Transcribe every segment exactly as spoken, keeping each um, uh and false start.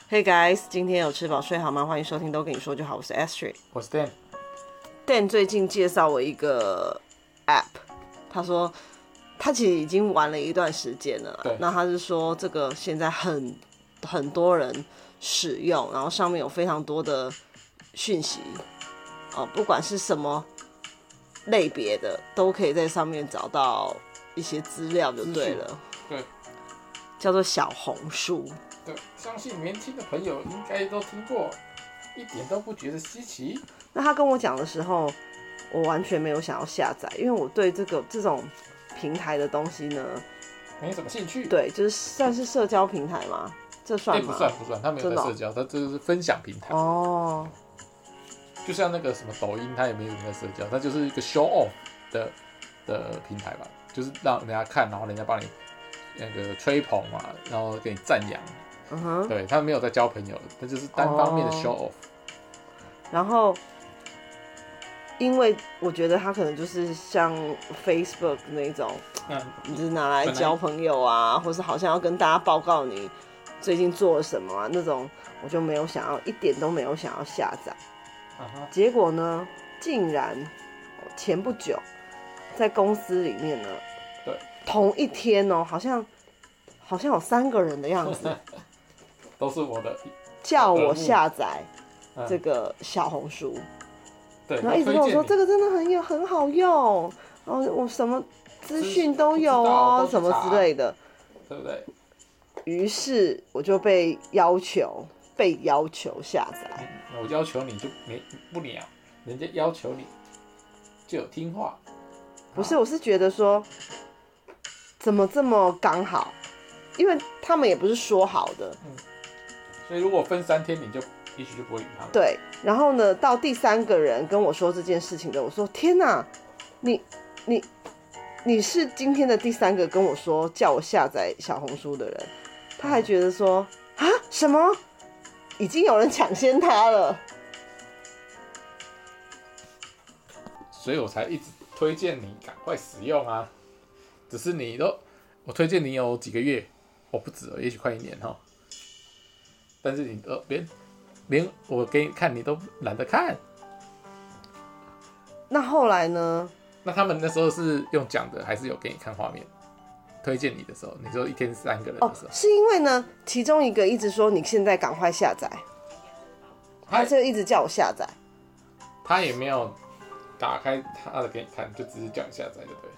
Hey guys， 今天有吃饱睡好吗？欢迎收听都跟你说就好，我是 Astrid， 我是 Dan。 Dan 最近介绍我一个 App， 他说他其实已经玩了一段时间了， 对， 那他是说这个现在很很多人使用，然后上面有非常多的讯息，哦，不管是什么类别的，都可以在上面找到一些资料就对了， 对， 叫做小红书。 对，相信年轻的朋友应该都听过，一点都不觉得稀奇。 那他跟我讲的时候，我完全没有想要下载，因为我对这个这种平台的东西呢， 没什么兴趣。 对，就是算是社交平台吗？这算吗？ 欸、不算不算，他没有在社交，他这是分享平台。 哦， 就像那个什么抖音，他也没有在社交，他就是一个 show off 的的平台吧，就是让人家看，然后人家帮你那个吹捧嘛，然后给你赞扬。 嗯哼， 对，他没有在交朋友，那就是单方面的 show off。 哦、然后，因为我觉得他可能就是像 Facebook 那种，嗯，你就是拿来交朋友啊，或是好像要跟大家报告你最近做了什么啊那种，我就没有想要，一点都没有想要下载。Uh-huh. 结果呢，竟然前不久在公司里面呢， 对， 同一天哦，好像好像有三个人的样子。 都是我的， 叫我下载这个小红书， 对， 然后一直跟我说这个真的很有很好用，然后我什么资讯都有哦，什么之类的， 对不对？ 于是我就被要求被要求下载。 嗯、我要求你就没不鸟，人家要求你就有听话。 不是，我是觉得说怎么这么刚好，因为他们也不是说好的。嗯， 所以如果分三天，你就也许就不会理他们。 对，然后呢，到第三个人跟我说这件事情的，我说天哪，你你你是今天的第三个跟我说叫我下载小红书的人，他还觉得说啊什么，已经有人抢先他了， 所以我才一直推荐你赶快使用啊。只是你都我推荐你有几个月，我、哦、不止了，也许快一年哈。但是你都连连我给你看，你都懒得看。 那后来呢？ 那他们那时候是用讲的，还是有给你看画面？推荐你的时候，你说一天三个人的时候， 哦，是因为呢，其中一个一直说你现在赶快下载，他就一直叫我下载。 他也没有打开他的给你看，就只是叫你下载，对不对？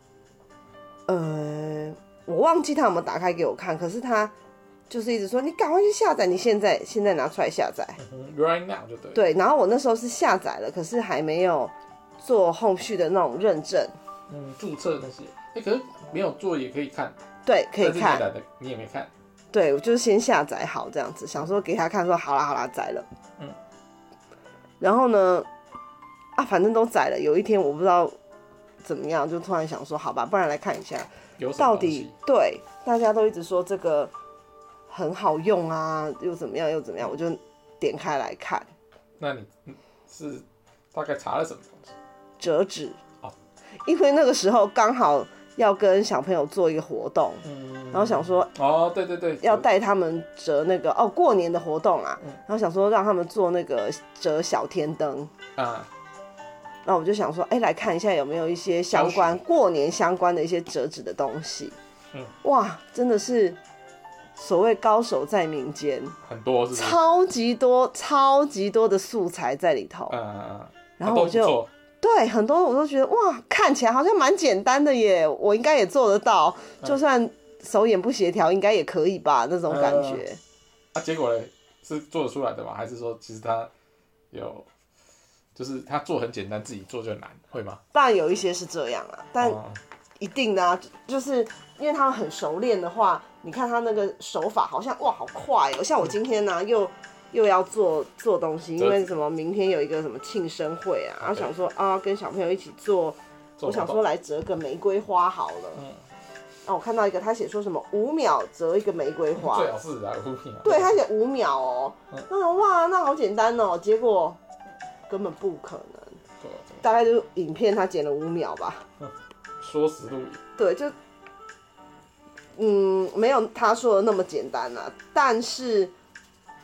呃，我忘记他有没有打开给我看，可是他就是一直说你赶快去下载，你现在现在拿出来下载、 嗯、，right now 就对。 对，然后我那时候是下载了，可是还没有做后续的那种认证， 嗯，注册那些，哎、欸，可是没有做也可以看， 对，可以看， 但是你也没看， 对，我就是先下载好这样子，想说给他看说好啦好啦载了，嗯，然后呢，啊，反正都载了，有一天我不知道怎么样，就突然想说好吧，不然来看一下，到底对大家都一直说这个很好用啊，又怎么样又怎么样，我就点开来看。 那你是大概查了什么东西？ 折纸哦，因为那个时候刚好要跟小朋友做一个活动，嗯、然后想说哦，对对对， 要带他们折那个哦过年的活动啊，嗯、然后想说让他们做那个折小天灯啊。那我就想说，哎、欸，来看一下有没有一些相关过年相关的一些折纸的东西。嗯，哇，真的是所谓高手在民间， 很多是不是？ 超级多、超级多的素材在里头。嗯嗯嗯。然后我就对很多我都觉得哇，看起来好像蛮简单的耶，我应该也做得到，嗯、就算手眼不协调，应该也可以吧，那种感觉。嗯、 啊，结果呢是做得出来的吗？还是说其实他有？就是他做很简单，自己做就难，会吗？ 当然有一些是这样啊，但一定的啊，就是因为他们很熟练的话，你看他那个手法好像哇好快哦，像我今天呢、啊、又又要做做东西，因为什么明天有一个什么庆生会啊，然后想说啊跟小朋友一起做，我想说来折个玫瑰花好了。嗯。那我看到一个他写说什么五秒折一个玫瑰花， 最好是啊五秒。 对，他写五秒哦，嗯、那哇那好简单哦，结果。根本不可能，大概就是影片他剪了五秒吧， 说时录影， 对，就嗯没有他说的那么简单啊，但是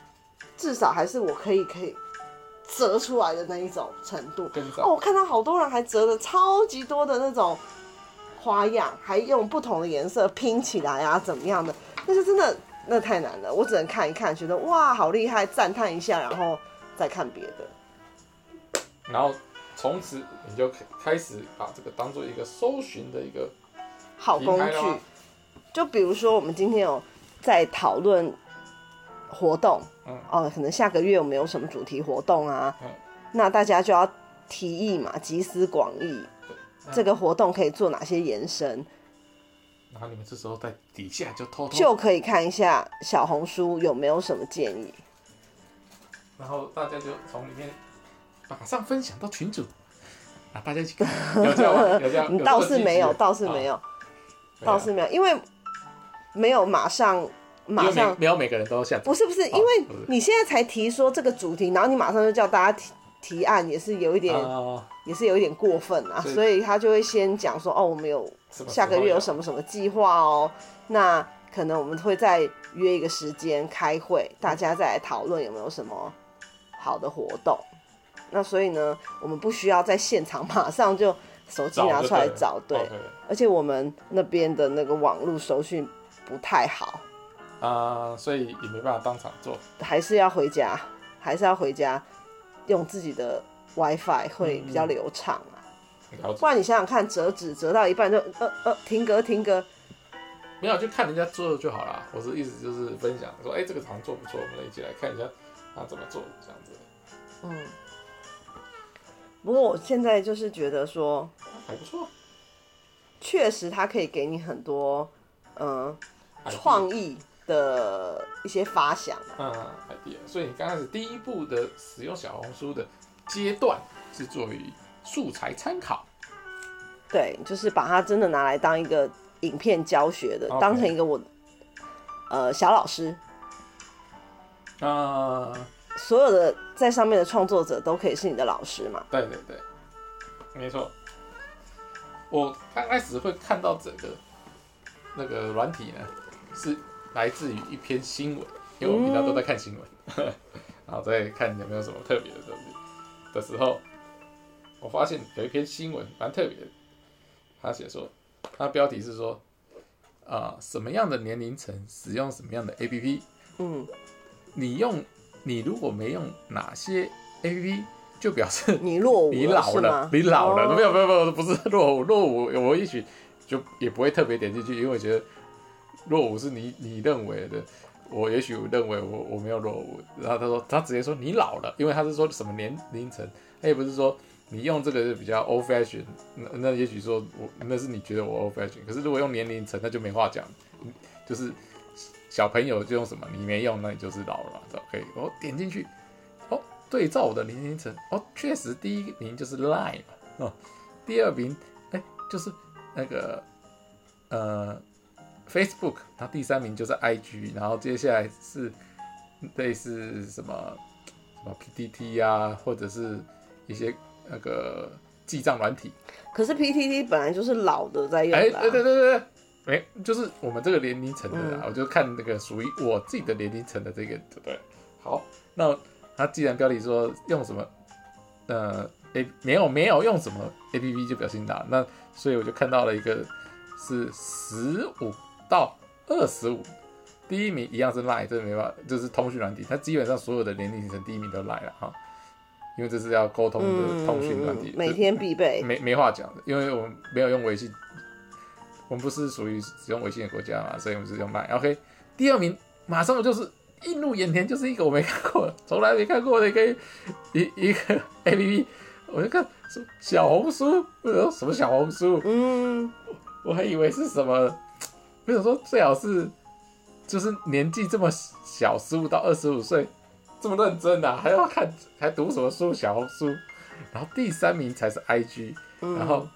至少还是我可以可以折出来的那一种程度。哦，我看到好多人还折了超级多的那种花样，还用不同的颜色拼起来啊，怎么样的？但是真的那太难了，我只能看一看，觉得哇好厉害，赞叹一下，然后再看别的。 然后从此你就开始把这个当做一个搜寻的一个好工具。就比如说我们今天有在讨论活动，嗯，哦，可能下个月我们有什么主题活动啊？嗯，那大家就要提议嘛，集思广益，这个活动可以做哪些延伸？ 然后你们这时候在底下就偷偷就可以看一下小红书有没有什么建议， 然后大家就从里面马上分享到群组，啊，大家一起看，有这样吗？有这样？ 倒是没有，倒是没有，倒是没有，因为没有马上。马上没有每个人都下载， 不是不是，因为你现在才提说这个主题，然后你马上就叫大家提提案，也是有一点，哦、也是有一点过分啊，所以他就会先讲说，哦，我们有下个月有什么什么计划哦，那可能我们会再约一个时间开会，大家再来讨论有没有什么好的活动。那所以呢，我们不需要在现场马上就手机拿出来找，对， okay. 而且我们那边的那个网络收讯不太好。 啊、呃，所以也没办法当场做， 还是要回家，还是要回家用自己的 WiFi 会比较流畅啊、嗯。不然你想想看，折纸折到一半就呃呃停格停格， 没有就看人家做的就好啦。我是意思就是分享说，哎、欸，这个好像做不错，我们一起来看一下他怎么做这样子。 嗯，不过我现在就是觉得说还不错， 确实它可以给你很多嗯创、呃、意。的一些发想、啊， 嗯 idea， 所以你刚开始第一步的使用小红书的阶段是作为素材参考， 对，就是把它真的拿来当一个影片教学的， okay. 当成一个我呃小老师，啊、呃，所有的在上面的创作者都可以是你的老师嘛？ 对对对，没错。我刚开始会看到这个那个软体呢，是来自于一篇新闻，因为我平常都在看新闻，嗯、然后再看有没有什么特别的东西的时候，我发现有一篇新闻蛮特别的，他写说，他标题是说，啊、呃，什么样的年龄层使用什么样的 A P P？ 嗯，你用你如果没用哪些 A P P， 就表示你落伍了， 你老了，你老了，哦、没有没有没有，不是落伍，落伍我也许就也不会特别点进去，因为我觉得。落伍是你你认为的，我也许认为我我没有落伍，然后他说他直接说你老了，因为他是说什么年龄层，他也不是说你用这个是比较 old fashion， 那, 那也许说我那是你觉得我 old fashion， 可是如果用年龄层那就没话讲，就是小朋友就用什么你没用，那你就是老了嘛 ，OK， 我点进去，哦，对照我的年龄层，哦，确实第一名就是 Line 嘛，哦，第二名哎就是那个呃。Facebook， 然后第三名就是 I G， 然后接下来是类似什么什么 P T T 啊，或者是一些那个记账软体。 可是 P T T 本来就是老的在用的、啊。 哎、欸，对对对对，哎，就是我们这个年龄层的啦、嗯，我就看那个属于我自己的年龄层的这个，对不对？好，那他既然标题说用什么，呃，哎，没有没有用什么 A P P 就表现大，那所以我就看到了一个是十五。到二十五，第一名一样是 Line， 这没办法，就是通讯软体，它基本上所有的年龄层第一名都 Line 了哈，因为这是要沟通的通讯软体、嗯， 每天必备， 没没话讲的，因为我们没有用微信，我们不是属于使用微信的国家嘛，所以我们是用 Line。OK， 第二名马上就是映入眼帘，就是一个我没看过、从来没看过的一个一一个 A P P， 我就看小红书，我说什么小红书？嗯。我还以为是什么，我想说最好是就是年纪这么小，十五到二十五岁，这么认真啊，还要看还读什么书？小红书，然后第三名才是 I G，、嗯、然后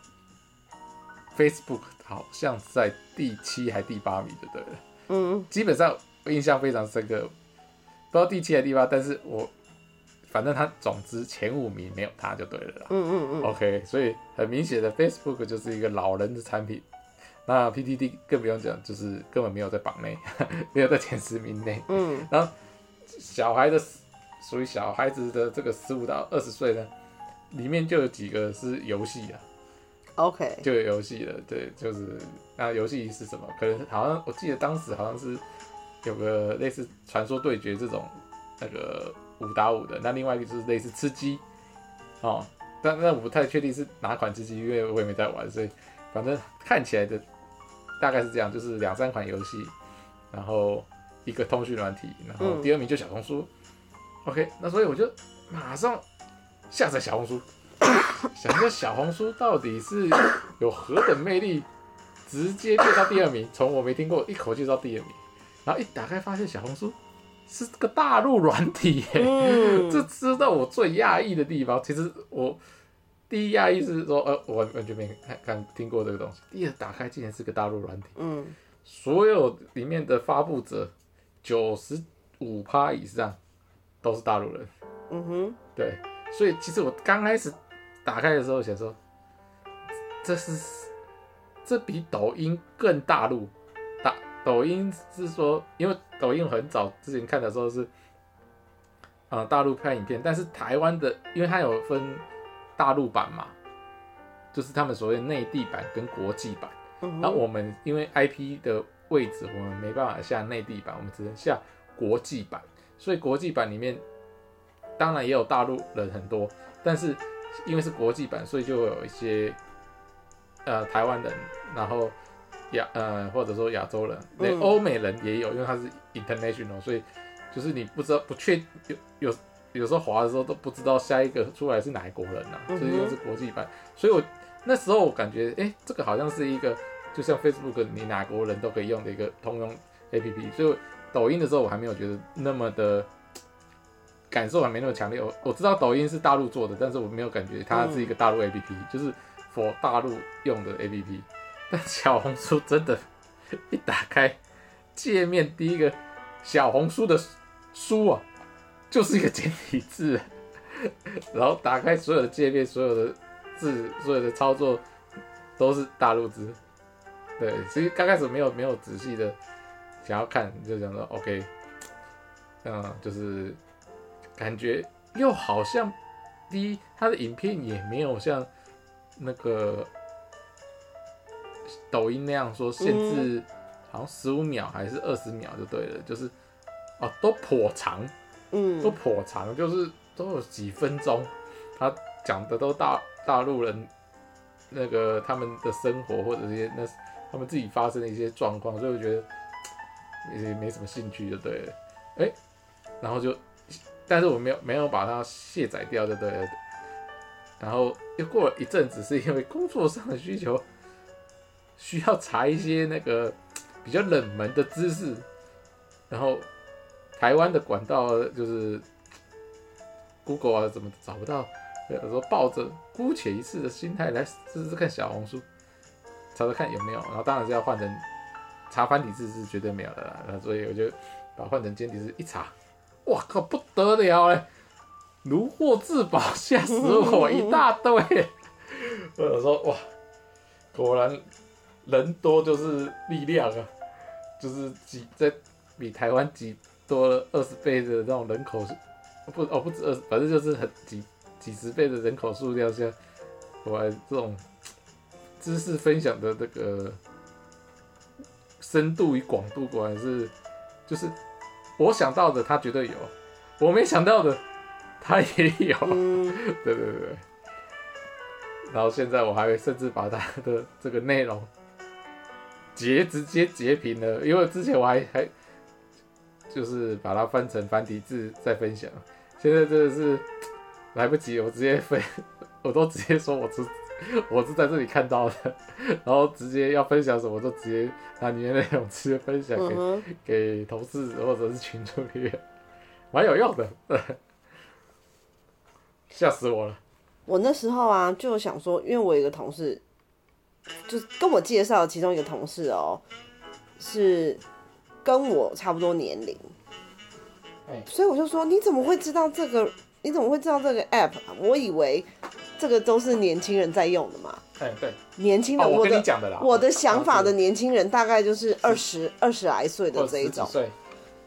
Facebook 好像在第七还第八名就对了，嗯，基本上我印象非常深刻，不知道第七还第八，但是我反正他总之前五名没有他就对了啦，嗯嗯嗯 ，OK， 所以很明显的 Facebook 就是一个老人的产品。那 P T T 更不用讲，就是根本没有在榜内，没有在前十名内。嗯，然后小孩的属于小孩子的这个十五到二十岁呢，里面就有几个是游戏啊。 OK， 就有游戏了，对，就是那游戏是什么？可能好像我记得当时好像是有个类似传说对决这种那个五打五的，那另外一个就是类似吃鸡哦，但但我不太确定是哪款吃鸡，因为我也没在玩，所以反正看起来的大概是这样，就是两三款游戏，然后一个通讯软体，然后第二名就小红书、嗯、，OK， 那所以我就马上下载小红书。想一下小红书到底是有何等魅力，直接变到第二名，从我没听过一口气到第二名，然后一打开发现小红书是个大陆软体耶、嗯，这知道我最讶异的地方。其实我第一讶异是说，呃，我完全没看看听过这个东西。第二打开竟然是个大陆软体，嗯，所有里面的发布者九十五趴以上都是大陆人，嗯哼，对，所以其实我刚开始打开的时候想说，这是这比抖音更大陆。打抖音是说，因为抖音很早之前看的时候是，呃，大陆拍影片，但是台湾的，因为它有分大陆版嘛，就是他们所谓内地版跟国际版。嗯、然后我们因为 I P 的位置，我们没办法下内地版，我们只能下国际版。所以国际版里面，当然也有大陆人很多，但是因为是国际版，所以就会有一些呃台湾人，然后亚呃或者说亚洲人，连欧美人也有，因为它是 international， 所以就是你不知道不确有有有时候滑的时候都不知道下一个出来是哪一国人啊，所以又是国际版，所以我那时候我感觉，哎、欸，这个好像是一个就像 Facebook 你哪国人都可以用的一个通用 A P P， 所以抖音的时候我还没有觉得那么的。感受还没那么强烈，我我知道抖音是大陆做的，但是我没有感觉它是一个大陆 A P P，、嗯、就是 for 大陆用的 A P P。但小红书真的，一打开界面第一个小红书的书啊，就是一个简体字，然后打开所有的界面、所有的字、所有的操作都是大陆字。对，所以刚开始没有没有仔细的想要看，就想说 OK， 嗯，就是。感觉又好像，第一，他的影片也没有像那个抖音那样说限制，好像十五秒还是二十秒就对了，就是哦都颇长，嗯，都颇长，就是都有几分钟，他讲的都大大陆人那个他们的生活或者一些那他们自己发生的一些状况，所以我觉得也没什么兴趣就对了，哎、欸，然后就。但是我没有没有把它卸载掉，就对了。然后又过了一阵子，是因为工作上的需求，需要查一些那个比较冷门的知识。然后台湾的管道就是 Google 啊，怎么找不到？有时候抱着姑且一试的心态来试试看小红书，查查看有没有。然后当然是要换成查繁体字是绝对没有的啦。所以我就把它换成简体字一查。哇靠，不得了哎！如获至宝，吓死我一大堆。我有说哇，果然人多就是力量啊，就是几在比台湾几多了二十倍的那种人口，不哦不止二十，反正就是很几几十倍的人口数量下，果然这种知识分享的这个深度与广度，果然是就是。我想到的他绝对有，我没想到的他也有，嗯、对对对。然后现在我还甚至把他的这个内容截直接截屏了，因为之前我还还就是把它翻成繁体字再分享，现在真的是来不及，我直接分，我都直接说我是我是在这里看到的，然后直接要分享什么，都直接拿里面内容直接分享给、嗯、给同事或者是群组里面，蛮有用的，吓死我了。 我那时候啊，就想说，因为我有一个同事，就是跟我介绍的其中一个同事哦，是跟我差不多年龄，所以我就说，你怎么会知道这个？你怎么会知道这个 app？ 我以为这个都是年轻人在用的嘛。 哎，对， 年轻人， 哦、 我跟你讲的啦。 我的想法的年轻人大概就是二十二十来岁的这一种。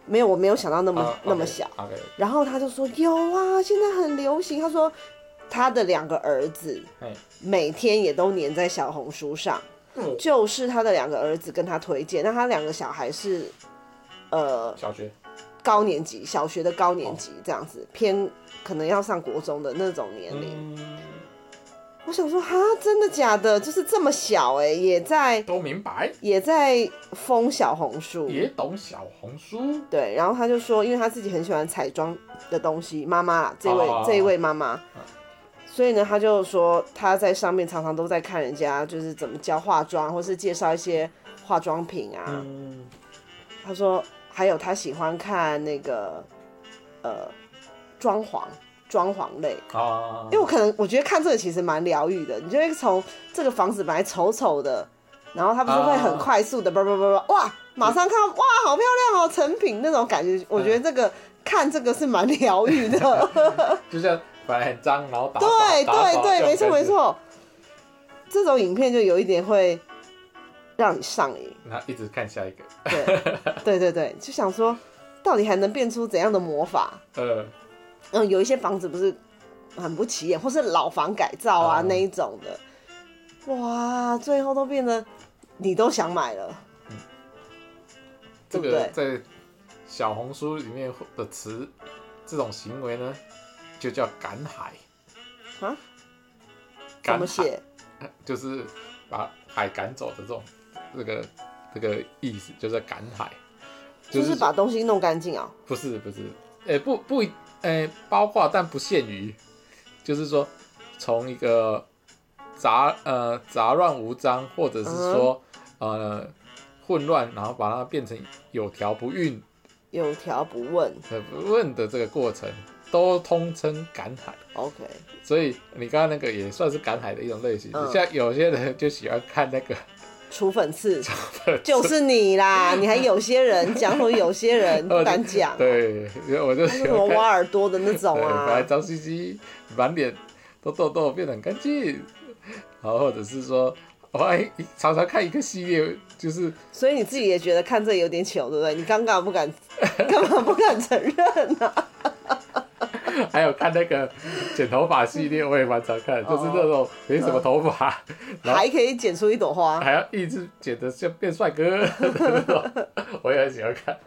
没有，我没有想到那么、 啊、 那么小。 Okay, okay. 然后他就说有啊，现在很流行。他说他的两个儿子每天也都黏在小红书上，嗯、就是他的两个儿子跟他推荐。那他两个小孩是呃小学高年级，小学的高年级这样子，偏可能要上国中的那种年龄。嗯，我想说，哈，真的假的？就是这么小哎、欸，也在都明白， 也在封小红书， 也懂小红书。 对，然后他就说，因为他自己很喜欢彩妆的东西，妈妈这位、哦、这一位妈妈，哦、所以呢，他就说他在上面常常都在看人家就是怎么教化妆，或是介绍一些化妆品啊。嗯、他说还有他喜欢看那个呃装潢。装潢类啊，因为我可能我觉得看这个其实蛮疗愈的，你就会从这个房子本来丑丑的，然后它不是会很快速的，叭叭叭叭，哇，马上看哇，好漂亮哦，成品那种感觉，我觉得这个、嗯、看这个是蛮疗愈的， 就像本来很脏，然后打对对对，没错没错，这种影片就有一点会让你上瘾， 然后一直看下一个， 对对对对，就想说到底还能变出怎样的魔法？呃。嗯，有一些房子不是很不起眼，或是老房改造啊、嗯、那一种的，哇，最后都变得你都想买了。嗯， 这个在小红书里面的词，这种行为呢，就叫赶海。啊？ 怎么写？ 就是把海赶走的这种这个这个意思，就是赶海， 就是、就是把东西弄干净啊？ 不是不是，哎、欸、不不。欸、包括但不限于，就是说从一个杂呃杂乱无章，或者是说、嗯、呃混乱，然后把它变成有条不紊、 有条不紊、 不紊的这个过程，都通称赶海。 OK， 所以你刚刚那个也算是赶海的一种类型。嗯、像有些人就喜欢看那个。 除粉刺就是你啦，你还有些人讲说有些人不敢讲、啊， 对，我就喜欢看什么挖耳朵的那种啊， 本来脏兮兮，满脸都痘痘变得很干净，然后或者是说，我还常常看一个系列，就是所以你自己也觉得看这有点糗，对不对？你刚刚不敢，干嘛不敢承认呢、啊？ 还有看那个剪头发系列，我也蛮常看，就是那种没什么头发， 嗯、还可以剪出一朵花， 还要一直剪得像变帅哥的那种，我也很喜欢看。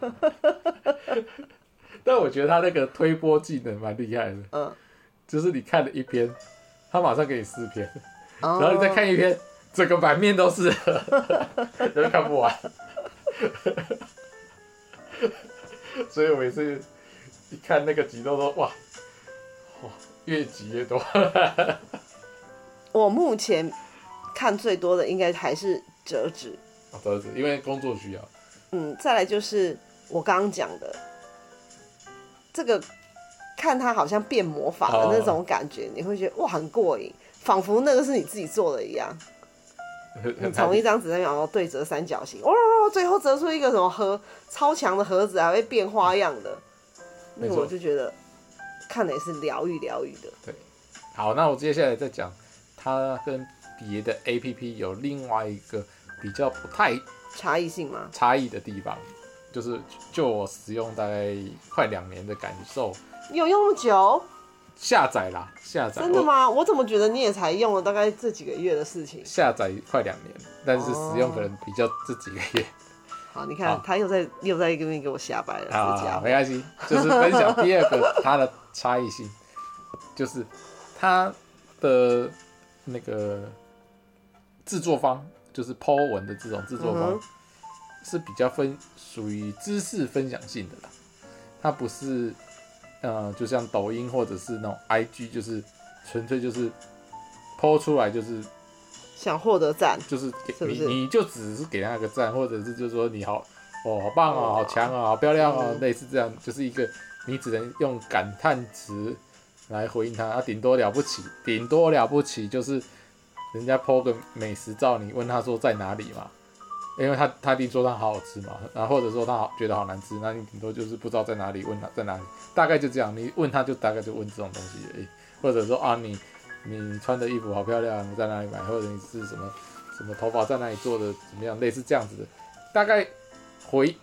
但我觉得他那个推播技能蛮厉害的，嗯，就是你看了一篇，他马上给你四篇，哦、然后你再看一篇，整个版面都是，都看不完。所以我每次一看那个集都说哇。越挤越多。 我目前看最多的应该还是折纸， 哦、折纸，因为工作需要。 嗯，再来就是我刚刚讲的这个，看它好像变魔法的那种感觉，哦、你会觉得哇很过瘾，仿佛那个是你自己做的一样。你从一张纸上面然后对折三角形，哇，最后折出一个什么盒超强的盒子，还会变花样的，那我就觉得。看的也是疗愈疗愈的。 对，好，那我接下来再讲，它跟别的 A P P 有另外一个比较不太差异性吗？ 差异的地方，就是就我使用大概快两年的感受。 你有用那么久？ 下载啦，下载。 真的吗？我怎么觉得你也才用了大概这几个月的事情？ 下载快两年，但是使用可能比较这几个月。 好，你看他又在又在一个边给我瞎掰了， 好，没关系，就是分享第二个它的差异性，就是它的那个制作方，就是 po 文的这种制作方、嗯、是比较分属于知识分享性的啦，它不是呃就像抖音或者是那种 I G， 就是纯粹就是 po 出来就是。 想获得赞， 就是给是不是你，你就只是给他个赞，或者是就是说你好，哦，好棒哦，好强哦，好漂亮哦，嗯、类似这样，就是一个你只能用感叹词来回应他，啊，頂多了不起，頂多了不起就是人家 po 个美食照，你问他说在哪里嘛，因为他他一定说他好好吃嘛，然后或者说他好觉得好难吃，那你顶多就是不知道在哪里，问他在哪里，大概就这样，你问他就大概就问这种东西而已，或者说啊你。你穿的衣服好漂亮，你在哪里买？或者你是什么什么头发在哪里做的？怎么样？类似这样子的，大概回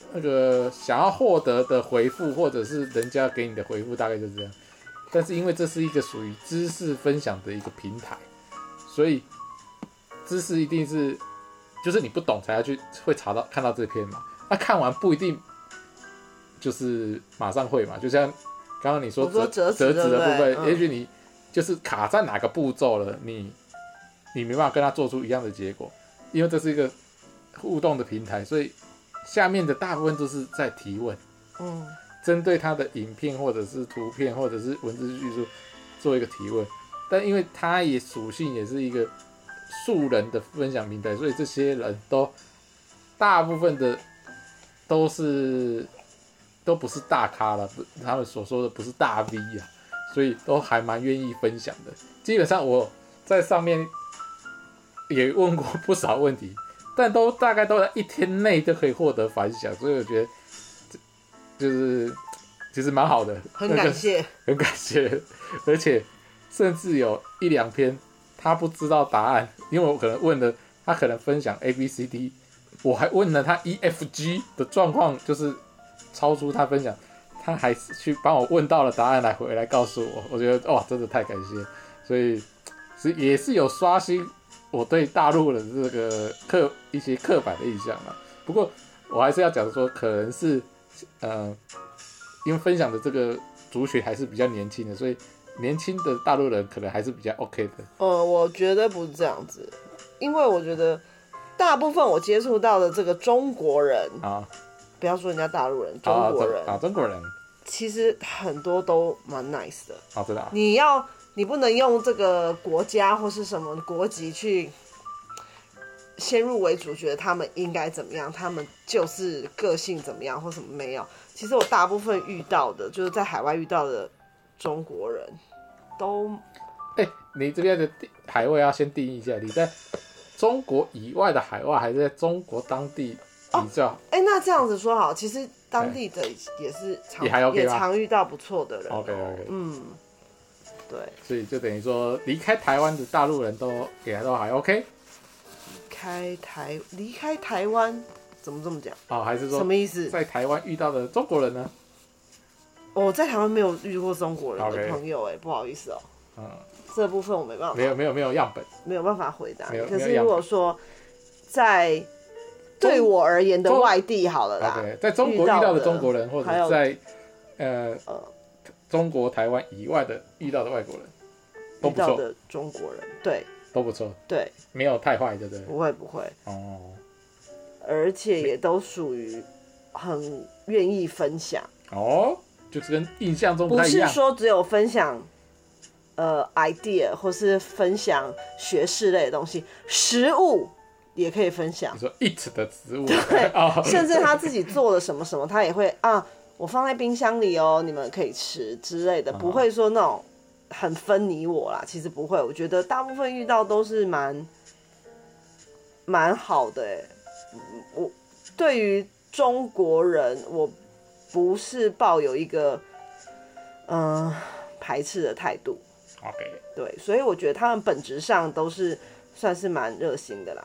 那个想要获得的回复，或者是人家给你的回复，大概就是这样。但是因为这是一个属于知识分享的一个平台，所以知识一定是就是你不懂才要去会查到看到这篇嘛。那看完不一定就是马上会嘛，就像刚刚你说折折纸的部分， 嗯、 也许你就是卡在哪个步骤了，你你没办法跟他做出一样的结果，因为这是一个互动的平台，所以下面的大部分都是在提问，嗯，针对他的影片或者是图片或者是文字叙述做一个提问，但因为它也属性也是一个素人的分享平台，所以这些人都大部分的都是都不是大咖了，他们所说的不是大 V 啊，所以都还蛮愿意分享的。基本上我在上面也问过不少问题，但都大概都在一天内就可以获得反响，所以我觉得就是其实蛮好的， 很感谢， 那个、很感谢，而且甚至有一两篇他不知道答案，因为我可能问了他可能分享 A B C D， 我还问了他 E F G 的状况，就是超出他分享，他还是去帮我问到了答案来回来告诉我，我觉得哇，真的太感谢，所以是也是有刷新我对大陆人这个刻一些刻板的印象啦。不过我还是要讲说，可能是呃，因为分享的这个族群还是比较年轻的，所以年轻的大陆人可能还是比较 OK 的。 呃，我觉得不是这样子，因为我觉得大部分我接触到的这个中国人啊，不要说人家大陆人，中国人啊, 啊，中国人其实很多都蛮 nice 的。 啊，真的、啊。 你要你不能用这个国家或是什么国籍去先入为主，觉得他们应该怎么样，他们就是个性怎么样或什么没有。其实我大部分遇到的，就是在海外遇到的中国人，都， 哎、欸，你这边的海外要先定义一下，你在中国以外的海外，还是在中国当地比较？ 哎、哦欸，那这样子说好，其实当地的也是常也还 OK 也常遇到不错的人、喔。 OK OK， 嗯，对， 所以就等于说，离开台湾的大陆人都也都还 OK。 离开台离开台湾怎么这么讲？ 哦，还是说什么意思？ 在台湾遇到的中国人呢？ 我在台湾没有遇过中国人的朋友、欸，哎、 okay. 不好意思哦、喔。 嗯， 这部分我没办法， 没有没有没有样本， 没有办法回答。 可是如果说在对我而言的外地好了啦， okay, 在中国遇到的中国人，或者在呃呃中国台湾以外的遇到的外国人，都不错。 遇到的中国人，对， 都不错， 对， 没有太坏，对不对？ 不会不会哦， 而且也都属于很愿意分享哦，就是跟印象中不太一样。 不是说只有分享呃 idea 或是分享学识类的东西，食物也可以分享。 你说 eat 的食物， 对， 哦、 甚至他自己做了什么什么，他也会啊，我放在冰箱里哦，你们可以吃之类的，不会说那种很分你我啦。其实不会，我觉得大部分遇到都是蛮蛮好的哎。我对于中国人，我不是抱有一个嗯、呃、排斥的态度。 OK， 对，所以我觉得他们本质上都是算是蛮热心的啦。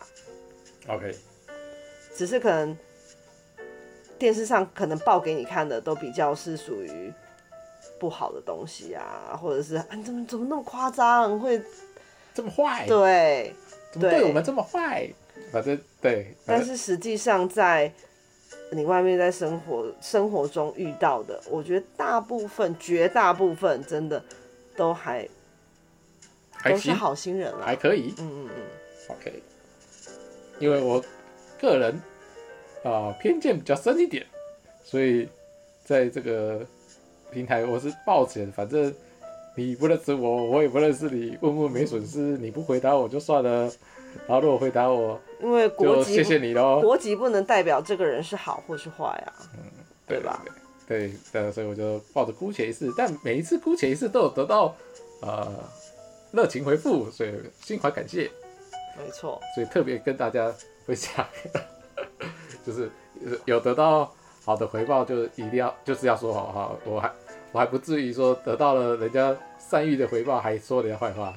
OK， 只是可能电视上可能报给你看的都比较是属于不好的东西啊，或者是啊你怎么怎么那么夸张，会这么坏？ 对， 怎么对我们这么坏？反正对， 但是实际上在你外面在生活生活中遇到的，我觉得大部分绝大部分真的都还都是好心人啦， 还可以， 嗯嗯嗯 ，OK。因为我个人啊、呃、偏见比较深一点，所以在这个平台我是抱着反正你不认识我，我也不认识你，问问没损失，你不回答我就算了，然后如果回答我， 因为国籍就谢谢你咯。 国籍不能代表这个人是好或是坏啊， 嗯， 对吧？ 对对对，所以我就抱着姑且一试，但每一次姑且一试都有得到呃热情回复，所以心怀感谢。 没错， 所以特别跟大家分享，就是有得到好的回报，就一定要就是要说好哈。我还我还不至于说得到了人家善意的回报，还说人家坏话。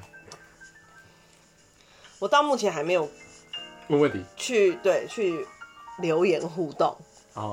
我到目前还没有问问题去对去留言互动哦，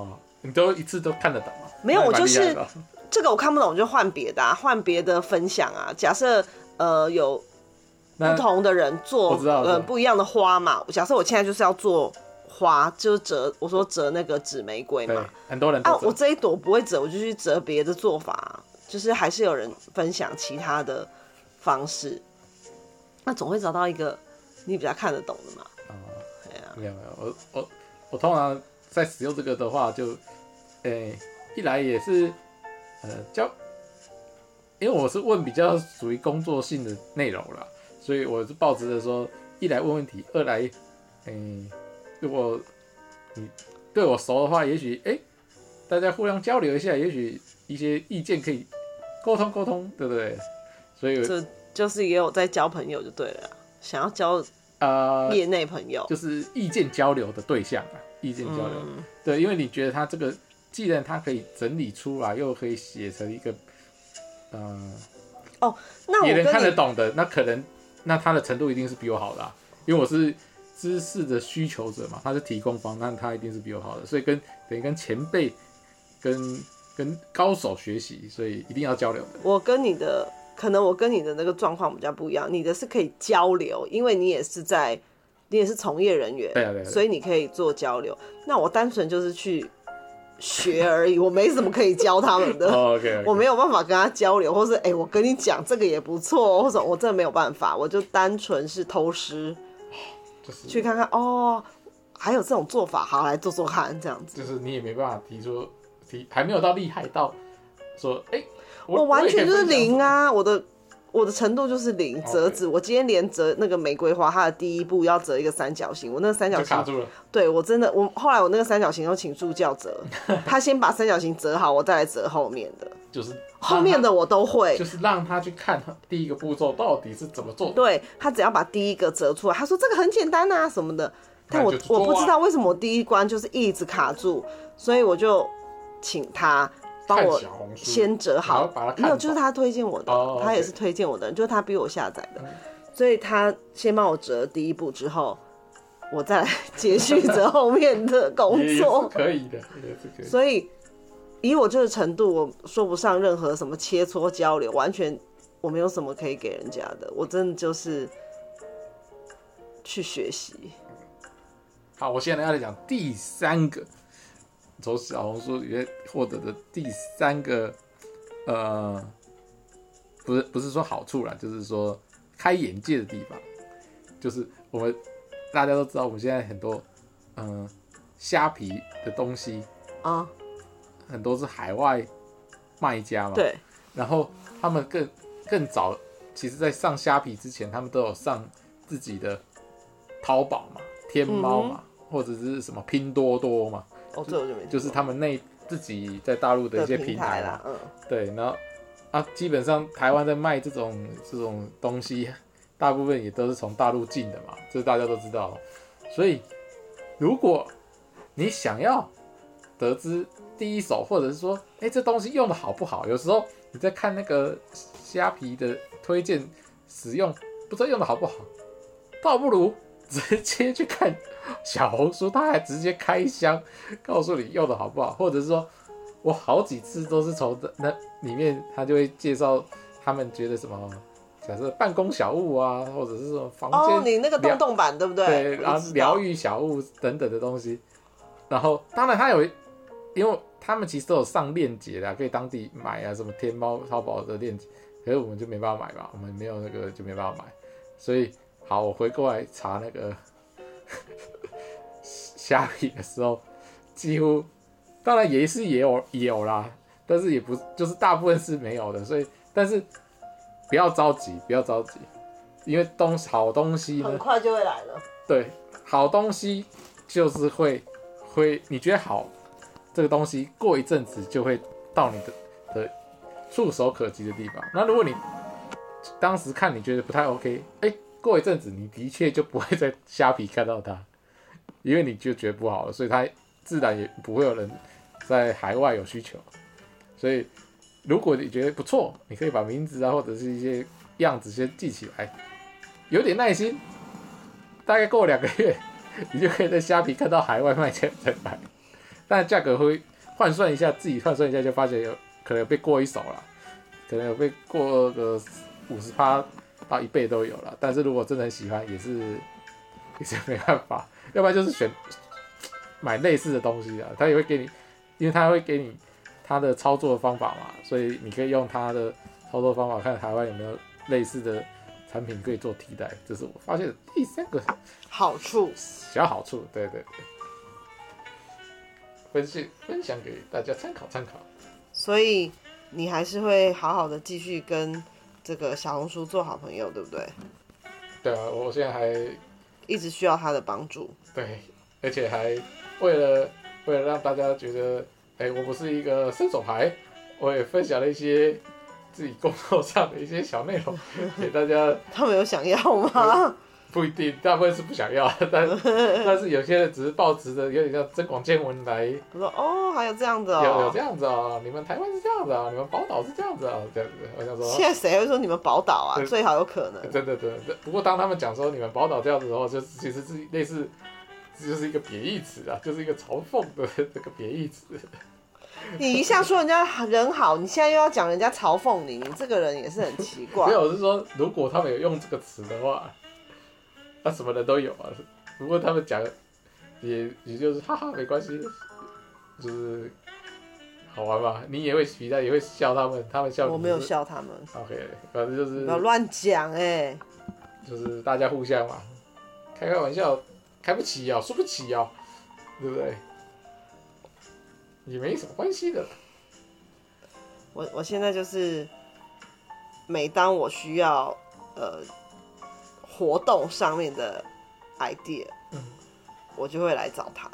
你都一次都看得懂吗？ 没有，我就是哦这个我看不懂，就换别的啊，换别的分享啊。假设呃有不同的人做呃不一样的花嘛，假设我现在就是要做花，就是折，我说折那个纸玫瑰嘛， 很多人都折啊，我这一朵不会折，我就去折别的做法啊，就是还是有人分享其他的方式，那总会找到一个你比较看得懂的嘛。 哦，没有没有，我我我通常在使用这个的话就，就、欸、诶，一来也是呃教，因为我是问比较属于工作性的内容啦，所以我是抱着的说，一来问问题，二来，诶、欸，如果你对我熟的话，也许哎、欸，大家互相交流一下，也许一些意见可以沟通沟通，对不对？所以这就是也有在交朋友就对了，想要交呃业内朋友， 就是意见交流的对象啊，意见交流，嗯、对，因为你觉得他这个既然他可以整理出来，又可以写成一个，呃， 哦，那我别人看得懂的，那可能那他的程度一定是比我好的、啊，因为我是知识的需求者嘛，他是提供方，那他一定是比我好的，所以跟等于跟前辈、跟跟高手学习，所以一定要交流的。 我跟你的。可能我跟你的那个状况比较不一样，你的是可以交流，因为你也是在，你也是从业人员， 对啊对啊， 所以你可以做交流。那我单纯就是去学而已，我没什么可以教他们的， oh, okay, okay. 我没有办法跟他交流，或是哎、欸，我跟你讲这个也不错，或者我真的没有办法，我就单纯是偷师， 就是、 去看看哦，还有这种做法，好来做做看，这样子。 就是你也没办法提出提，还没有到厉害到说哎。欸我, 我完全就是零啊！我的我的程度就是零，折纸。Okay. 我今天连折那个玫瑰花，它的第一步要折一个三角形，我那个三角形就卡住了。 对我真的，我后来我那个三角形都请助教折，他先把三角形折好，我再来折后面的。 就是后面的我都会， 就是让他去看第一个步骤到底是怎么做的。 对，他只要把第一个折出来，他说这个很简单啊什么的，但我、啊、我不知道为什么我第一关就是一直卡住，所以我就请他。帮我先折好，没有，就是他推荐我的， oh, okay. 他也是推荐我的人，就是他逼我下载的，嗯、所以他先帮我折第一步之后，我再来接续折后面的工作， 也是可以的，也是可以。 所以以我这个程度，我说不上任何什么切磋交流，完全我没有什么可以给人家的，我真的就是去学习。 好，我现在要来讲第三个。从小红书里面获得的第三个，呃，不是不是说好处啦，就是说开眼界的地方，就是我们大家都知道，我们现在很多，嗯、呃，虾皮的东西啊，很多是海外卖家嘛， 对， 然后他们更更早，其实在上虾皮之前，他们都有上自己的淘宝嘛、天猫嘛，嗯、或者是什么拼多多嘛。 哦，这我就没就是他们内自己在大陆的一些平台啦， 嗯， 对，然后啊，基本上台湾在卖这种这种东西，大部分也都是从大陆进的嘛，这大家都知道。所以，如果你想要得知第一手，或者是说，哎、欸，这东西用的好不好，有时候你在看那个虾皮的推荐使用，不知道用的好不好，倒不如直接去看小红书，他还直接开箱告诉你用的好不好，或者是说我好几次都是从那里面他就会介绍他们觉得什么，假设办公小物啊，或者是什么房间， 哦，你那个洞洞板对不对？ 对，然后疗愈小物等等的东西，然后当然他有，因为他们其实都有上链接的，可以当地买啊，什么天猫、淘宝的链接，可是我们就没办法买嘛，我们没有那个就没办法买，所以。好，我回过来查那个虾皮的时候，几乎当然也是也有也有啦，但是也不就是大部分是没有的，所以但是不要着急，不要着急，因为东好东西呢很快就会来了。 对，好东西就是会会你觉得好，这个东西过一阵子就会到你的的触手可及的地方。那如果你当时看你觉得不太 OK， 哎、欸。过一阵子，你的确就不会在虾皮看到它，因为你就觉得不好了，所以它自然也不会有人在海外有需求。所以，如果你觉得不错，你可以把名字啊或者是一些样子先记起来，有点耐心，大概过两个月，你就可以在虾皮看到海外卖家在买，但价格会换算一下，自己换算一下就发现有可能有被过一手了，可能有被过个五十趴到一倍都有了。但是如果真的很喜欢，也是也是没办法，要不然就是选买类似的东西啊，他也会给你，因为他会给你他的操作方法嘛，所以你可以用他的操作方法看台湾有没有类似的产品可以做替代。这是我发现的第三个好处， 小好处，对对对，分析分享给大家参考参考。 所以你还是会好好的继续跟这个小红书做好朋友，对不对？ 对啊，我现在还一直需要他的帮助。 对，而且还为了为了让大家觉得，哎、欸，我不是一个伸手牌，我也分享了一些自己工作上的一些小内容给大家。 他们有想要吗？ 不一定，大部分是不想要，但但是有些人只是抱持着有点像增广见闻来。 我说哦，还有这样子哦， 有有这样子哦，你们台湾是这样子啊，你们宝岛是这样子啊，这样子。我想说， 现在谁会说你们宝岛啊？最好有可能。 真的真的，不过当他们讲说你们宝岛这样子的话，就其实是类似，就是一个贬义词啊，就是一个嘲讽的这个贬义词。 你一下说人家人好，你现在又要讲人家嘲讽你，你这个人也是很奇怪。 没有，我是说，如果他们有用这个词的话。那、啊、什么人都有啊，不过他们讲也也就是哈哈没关系，就是好玩嘛，你也会皮蛋也会笑他们，他们笑你。 我没有笑他们。 OK， 反正就是不要乱讲哎， 就是大家互相嘛，开开玩笑，开不起哦，输不起哦，对不对？也没什么关系的。 我我现在就是，每当我需要呃。活动上面的 idea，、嗯、我就会来找他，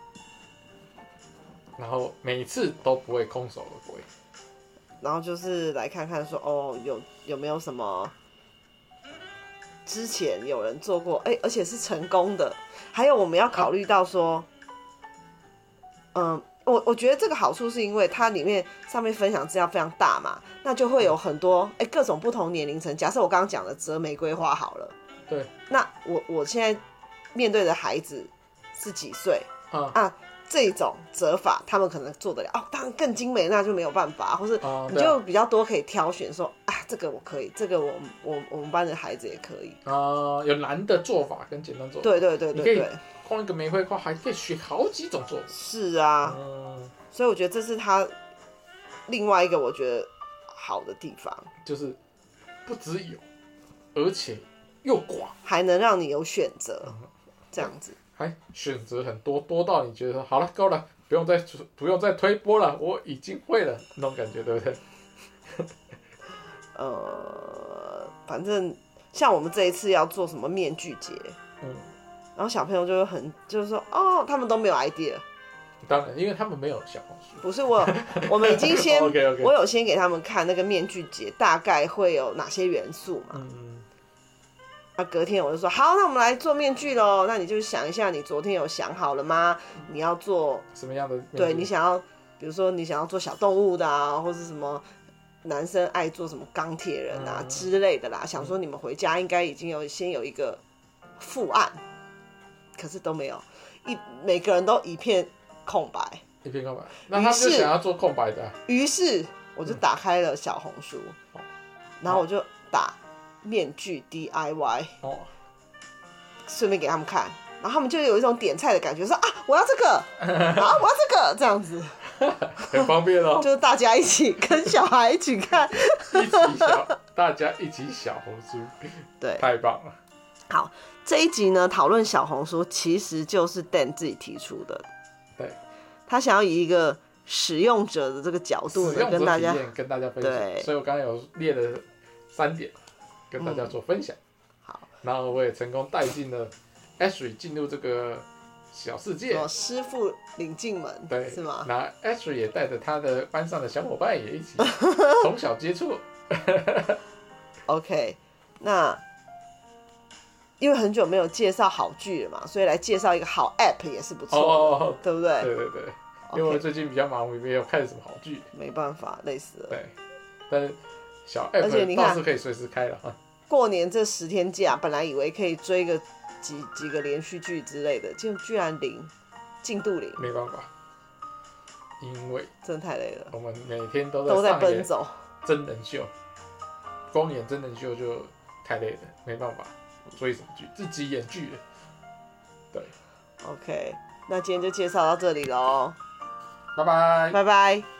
然后每次都不会空手而归， 然后就是来看看说哦，有有没有什么之前有人做过，哎、欸，而且是成功的，还有我们要考虑到说，嗯，我我觉得这个好处是因为它里面上面分享资料非常大嘛，那就会有很多哎、欸、各种不同年龄层，假设我刚刚讲的折玫瑰花好了。 对， 那我我现在面对的孩子是几岁、嗯、啊？这种折法他们可能做得了哦，当然更精美那就没有办法，或是你就比较多可以挑选说、嗯、啊，这个我可以，这个我我我们班的孩子也可以啊、呃，有难的做法跟简单做法， 对对对对对， 你可以光一个玫瑰花还可以学好几种做法， 是啊、嗯，所以我觉得这是他另外一个我觉得好的地方，就是不只有，而且。又广， 还能让你有选择，这样子， 还选择很多，多到你觉得好了，够了，不用再不用再推播了，我已经会了，那种感觉，对不对？ 呃，反正像我们这一次要做什么面具节，嗯，然后小朋友就会很就是说，哦，他们都没有 idea。 当然，因为他们没有小红书。 不是我，我们已经先 ，okay, okay. 我有先给他们看那个面具节大概会有哪些元素嘛。嗯。啊，隔天我就说好，那我们来做面具咯。那你就想一下，你昨天有想好了吗？你要做什么样的面具？ 对，你想要，比如说你想要做小动物的啊，或是什么男生爱做什么钢铁人啊、嗯、之类的啦。想说你们回家应该已经有先有一个副案，可是都没有，一每个人都一片空白， 一片空白。那他们就想要做空白的、啊。 于是我就打开了小红书，嗯、然后我就打。面具 D I Y， 哦，顺便给他们看，然后他们就有一种点菜的感觉，说啊，我要这个，啊，我要这个，这样子， 很方便哦。 就是大家一起跟小孩一起看， 一起小，大家一起小红书， 对， 太棒了。 好，这一集呢，讨论小红书，其实就是 Dan 自己提出的， 对， 他想要以一个使用者的这个角度呢，跟大家跟大家分享，对，所以我刚刚有列了三点。跟大家做分享、嗯，好，然后我也成功带进了 Ashley 进入这个小世界， 哦，师傅领进门， 对， 是吗？ 那 Ashley 也带着他的班上的小伙伴也一起从小接触。 OK， 那因为很久没有介绍好剧了嘛，所以来介绍一个好 App 也是不错的，哦、对不对？ 对对对， okay, 因为我最近比较忙，我没有看什么好剧， 没办法，累死了。 对，但是。小 app 倒是可以随时开了啊！ 过年这十天假，本来以为可以追个几几个连续剧之类的，结果居然零进度零， 没办法。 因为真的太累了， 我们每天都在都在上演奔走。 真人秀，光演真人秀就太累了，没办法，追什么剧？自己演剧了。对 OK， 那今天就介绍到这里喽， 拜拜。 拜拜。